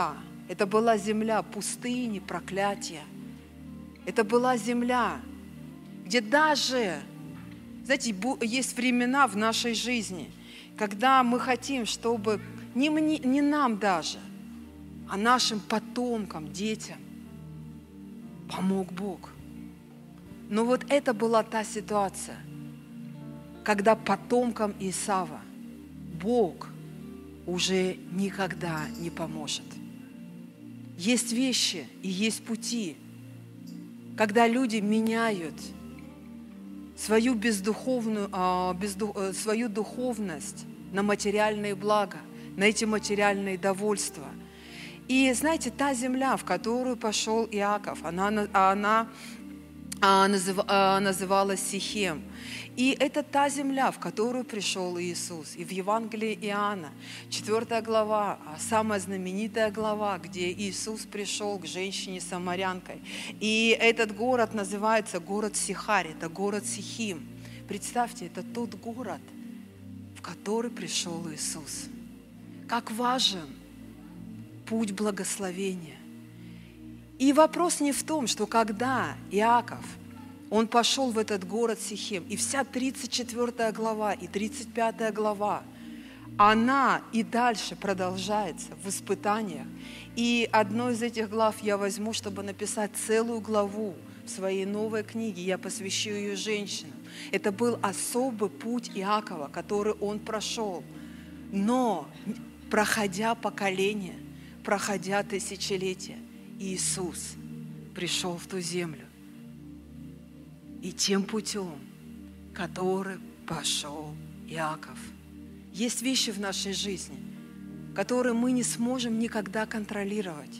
Это была земля пустыни, проклятия. Это была земля, где даже, знаете, есть времена в нашей жизни, когда мы хотим, чтобы не, мне, не нам даже, а нашим потомкам, детям помог Бог. Но вот это была та ситуация, когда потомкам Исава Бог уже никогда не поможет. Есть вещи и есть пути, когда люди меняют свою, бездуховную, безду, свою духовность на материальные блага, на эти материальные довольства. И знаете, та земля, в которую пошел Иаков, она, она называлась Сихем. И это та земля, в которую пришел Иисус. И в Евангелии Иоанна, четвёртая глава, самая знаменитая глава, где Иисус пришел к женщине-самарянкой. И этот город называется город Сихар, это город Сихим. Представьте, это тот город, в который пришел Иисус. Как важен путь благословения. И вопрос не в том, что когда Иаков, он пошел в этот город Сихем, и вся тридцать четвёртая глава и тридцать пятая глава, она и дальше продолжается в испытаниях. И одну из этих глав я возьму, чтобы написать целую главу в своей новой книге. Я посвящу ее женщинам. Это был особый путь Иакова, который он прошел. Но, проходя поколения, проходя тысячелетия, Иисус пришел в ту землю. И тем путем, который пошел Иаков. Есть вещи в нашей жизни, которые мы не сможем никогда контролировать,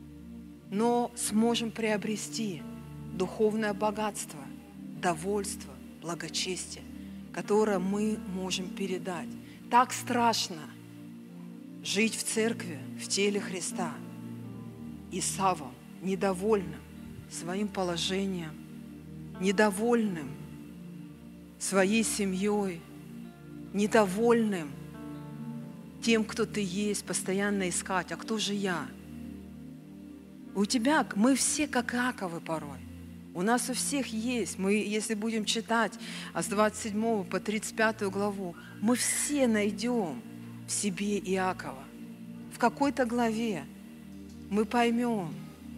но сможем приобрести духовное богатство, довольство, благочестие, которое мы можем передать. Так страшно жить в церкви, в теле Христа, Исавом, недовольным своим положением, недовольным своей семьей, недовольным тем, кто ты есть, постоянно искать, а кто же я? У тебя, мы все как Иаковы порой. У нас у всех есть, мы, если будем читать с двадцать седьмого по тридцать пятую главу, мы все найдем в себе Иакова. В какой-то главе мы поймем,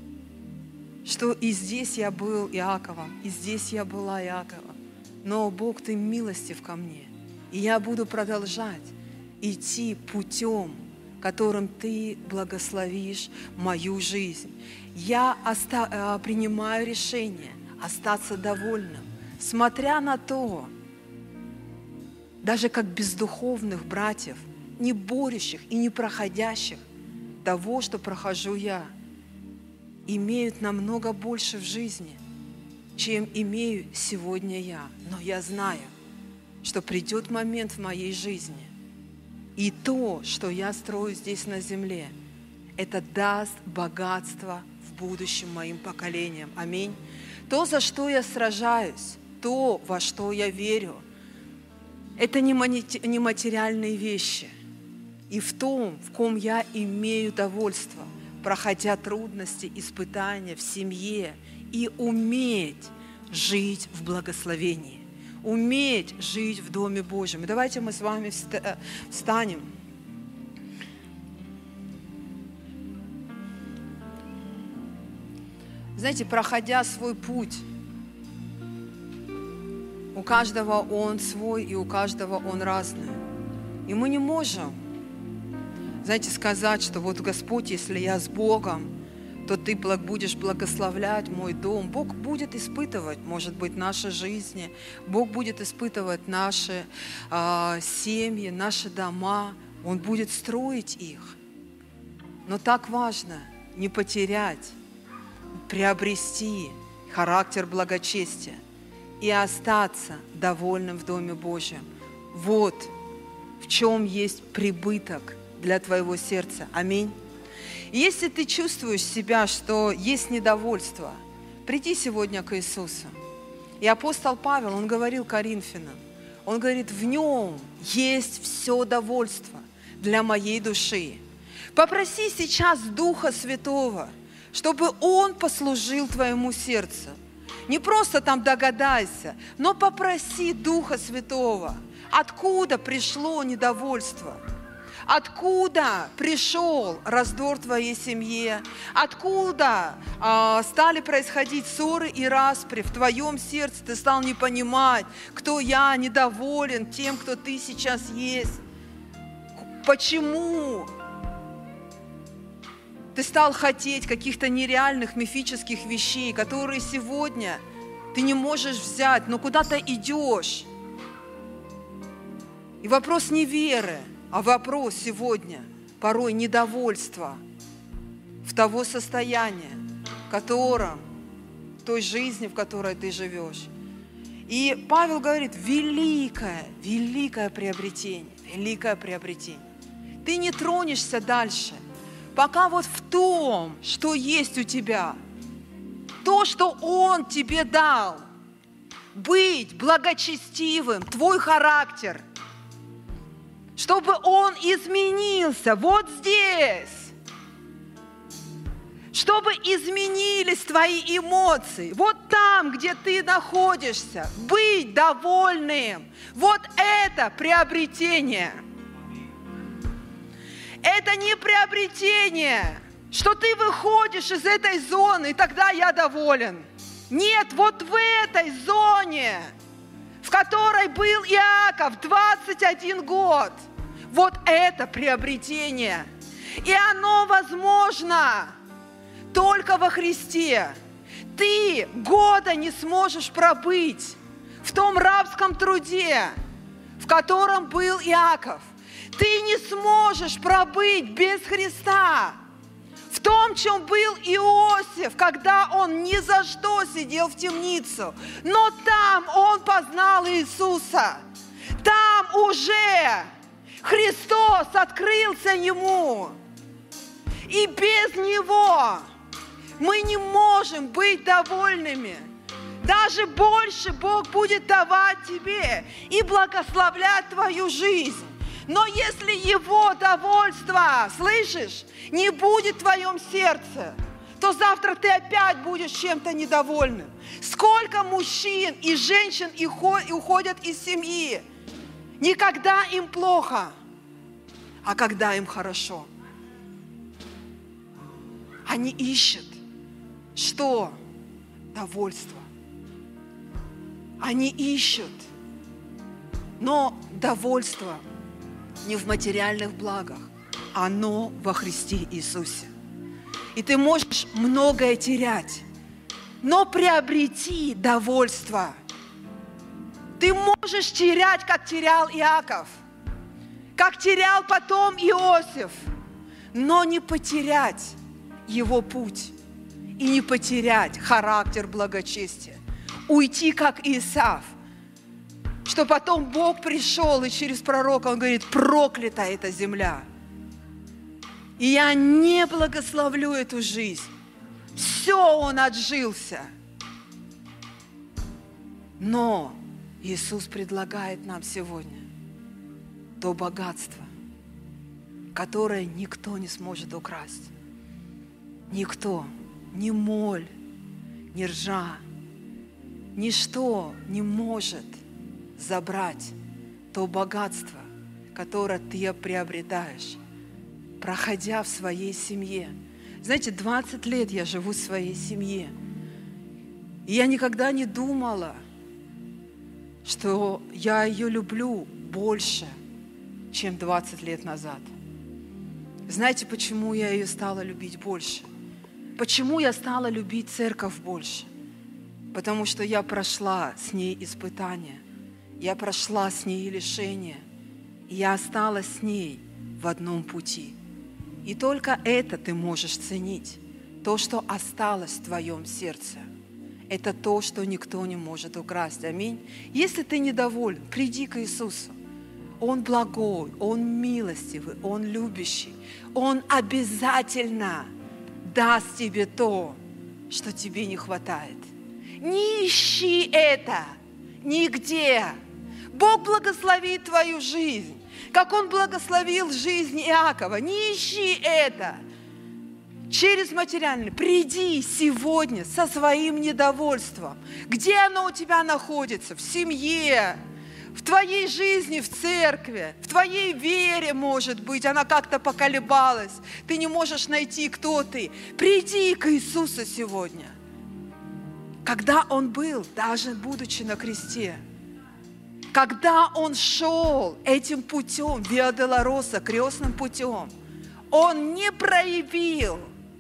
что и здесь я был Иаковом, и здесь я была Иаковом. Но, Бог, Ты милостив ко мне, и я буду продолжать идти путем, которым Ты благословишь мою жизнь. Я оста- принимаю решение остаться довольным, смотря на то, даже как бездуховных братьев, не борющих и не проходящих того, что прохожу я, имеют намного больше в жизни, чем имею сегодня я. Но я знаю, что придет момент в моей жизни, и то, что я строю здесь на земле, это даст богатство в будущем моим поколениям. Аминь. То, за что я сражаюсь, то, во что я верю, это не материальные вещи. И в том, в ком я имею довольство, проходя трудности, испытания в семье, и уметь жить в благословении, уметь жить в Доме Божьем. И давайте мы с вами встанем. Знаете, проходя свой путь, у каждого он свой, и у каждого он разный. И мы не можем, знаете, сказать, что вот Господь, если я с Богом, то Ты будешь благословлять мой дом. Бог будет испытывать, может быть, наши жизни. Бог будет испытывать наши э, семьи, наши дома. Он будет строить их. Но так важно не потерять, приобрести характер благочестия и остаться довольным в Доме Божьем. Вот в чем есть прибыток для твоего сердца. Аминь. И если ты чувствуешь себя, что есть недовольство, приди сегодня к Иисусу. И апостол Павел, он говорил Коринфянам, он говорит, в Нем есть все довольство для моей души. Попроси сейчас Духа Святого, чтобы Он послужил твоему сердцу. Не просто там догадайся, но попроси Духа Святого, откуда пришло недовольство, откуда пришел раздор в твоей семье, откуда э, стали происходить ссоры и распри в твоем сердце, ты стал не понимать, кто я, недоволен тем, кто ты сейчас есть. Почему ты стал хотеть каких-то нереальных мифических вещей, которые сегодня ты не можешь взять, но куда-то идешь. И вопрос не веры, а вопрос сегодня порой недовольства в того состояния, в котором, в той жизни, в которой ты живешь. И Павел говорит, великое, великое приобретение, великое приобретение. Ты не тронешься дальше, пока вот в том, что есть у тебя, то, что Он тебе дал, быть благочестивым, твой характер, чтобы он изменился вот здесь, чтобы изменились твои эмоции, вот там, где ты находишься, быть довольным. Вот это приобретение. Это не приобретение, что ты выходишь из этой зоны, и тогда я доволен. Нет, вот в этой зоне, в которой был Иаков двадцать один год, вот это приобретение. И оно возможно только во Христе. Ты года не сможешь пробыть в том рабском труде, в котором был Иаков. Ты не сможешь пробыть без Христа в том, чем был Иосиф, когда он ни за что сидел в темницу. Но там он познал Иисуса. Там уже Христос открылся ему. И без Него мы не можем быть довольными. Даже больше Бог будет давать тебе и благословлять твою жизнь. Но если Его довольство, слышишь, не будет в твоем сердце, то завтра ты опять будешь чем-то недовольным. Сколько мужчин и женщин и уходят из семьи, не когда им плохо, а когда им хорошо. Они ищут, что? Довольство. Они ищут, но довольство не в материальных благах, оно во Христе Иисусе. И ты можешь многое терять, но приобрети довольство. Ты можешь терять, как терял Иаков, как терял потом Иосиф, но не потерять его путь и не потерять характер благочестия. Уйти, как Исав, что потом Бог пришел, и через пророка Он говорит, проклята эта земля. И я не благословлю эту жизнь. Все, он отжился. Но Иисус предлагает нам сегодня то богатство, которое никто не сможет украсть. Никто, ни моль, ни ржа, ничто не может забрать то богатство, которое ты приобретаешь, проходя в своей семье. Знаете, двадцать лет я живу в своей семье. И я никогда не думала, что я ее люблю больше, чем двадцать лет назад. Знаете, почему я ее стала любить больше? Почему я стала любить церковь больше? Потому что я прошла с ней испытания. Я прошла с ней лишения. И я осталась с ней в одном пути. И только это ты можешь ценить. То, что осталось в твоем сердце. Это то, что никто не может украсть. Аминь. Если ты недоволен, приди к Иисусу. Он благой, Он милостивый, Он любящий. Он обязательно даст тебе то, что тебе не хватает. Не ищи это нигде. Бог благословит твою жизнь. как Он благословил жизнь Иакова. Не ищи это через материальное. Приди сегодня со своим недовольством. Где оно у тебя находится? В семье, в твоей жизни, в церкви, в твоей вере, может быть, она как-то поколебалась. Ты не можешь найти, кто ты. Приди к Иисусу сегодня. Когда Он был, даже будучи на кресте, когда Он шел этим путем, Виа Долороса, крестным путем, Он не проявил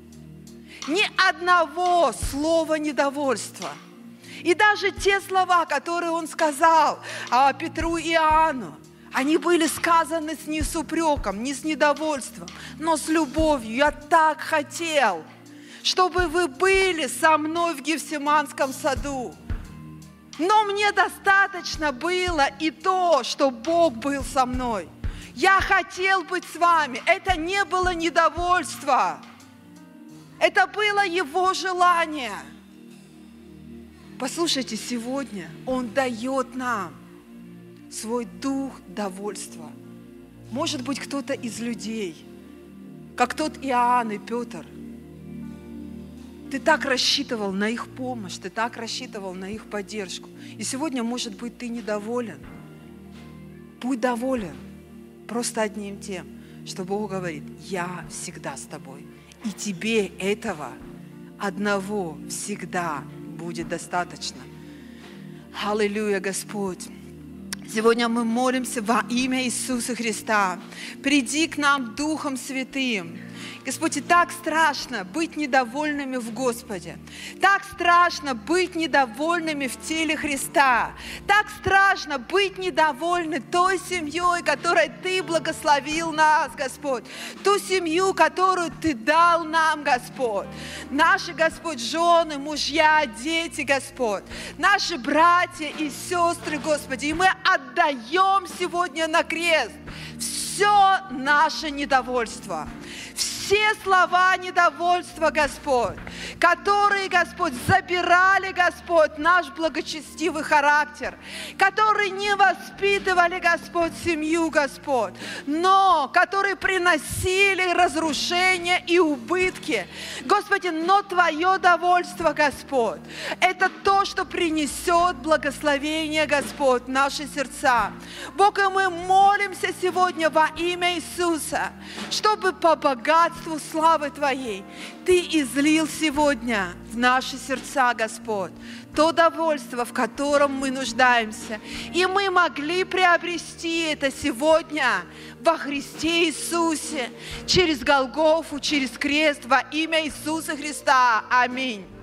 ни одного слова недовольства. И даже те слова, которые Он сказал а, Петру и Иоанну, они были сказаны не с упреком, не с недовольством, но с любовью. Я так хотел, чтобы вы были со мной в Гефсиманском саду. Но мне достаточно было и то, что Бог был со мной. Я хотел быть с вами. Это не было недовольство. Это было Его желание. Послушайте, сегодня Он дает нам свой дух довольства. Может быть, кто-то из людей, как тот Иоанн и Петр, ты так рассчитывал на их помощь, ты так рассчитывал на их поддержку. И сегодня, может быть, ты недоволен. Будь доволен просто одним тем, что Бог говорит: я всегда с тобой. И тебе этого одного всегда будет достаточно. Аллилуйя, Господь. Сегодня мы молимся во имя Иисуса Христа. Приди к нам Духом Святым. Господь, и так страшно быть недовольными в Господе. Так страшно быть недовольными в теле Христа. Так страшно быть недовольны той семьей, которой Ты благословил нас, Господь. Ту семью, которую Ты дал нам, Господь. Наши, Господь, жены, мужья, дети, Господь. Наши братья и сестры, Господи. И мы отдаем сегодня на крест все наше недовольство. Все слова недовольства, Господь, которые, Господь, забирали, Господь, наш благочестивый характер, которые не воспитывали, Господь, семью, Господь, но которые приносили разрушение и убытки. Господи, но Твое довольство, Господь, это то, что принесет благословение, Господь, в наши сердца. Бог, и мы молимся сегодня во имя Иисуса, чтобы по богатству славы Твоей Ты излил сегодня в наши сердца, Господь, то довольство, в котором мы нуждаемся. И мы могли приобрести это сегодня во Христе Иисусе, через Голгофу, через крест, во имя Иисуса Христа. Аминь.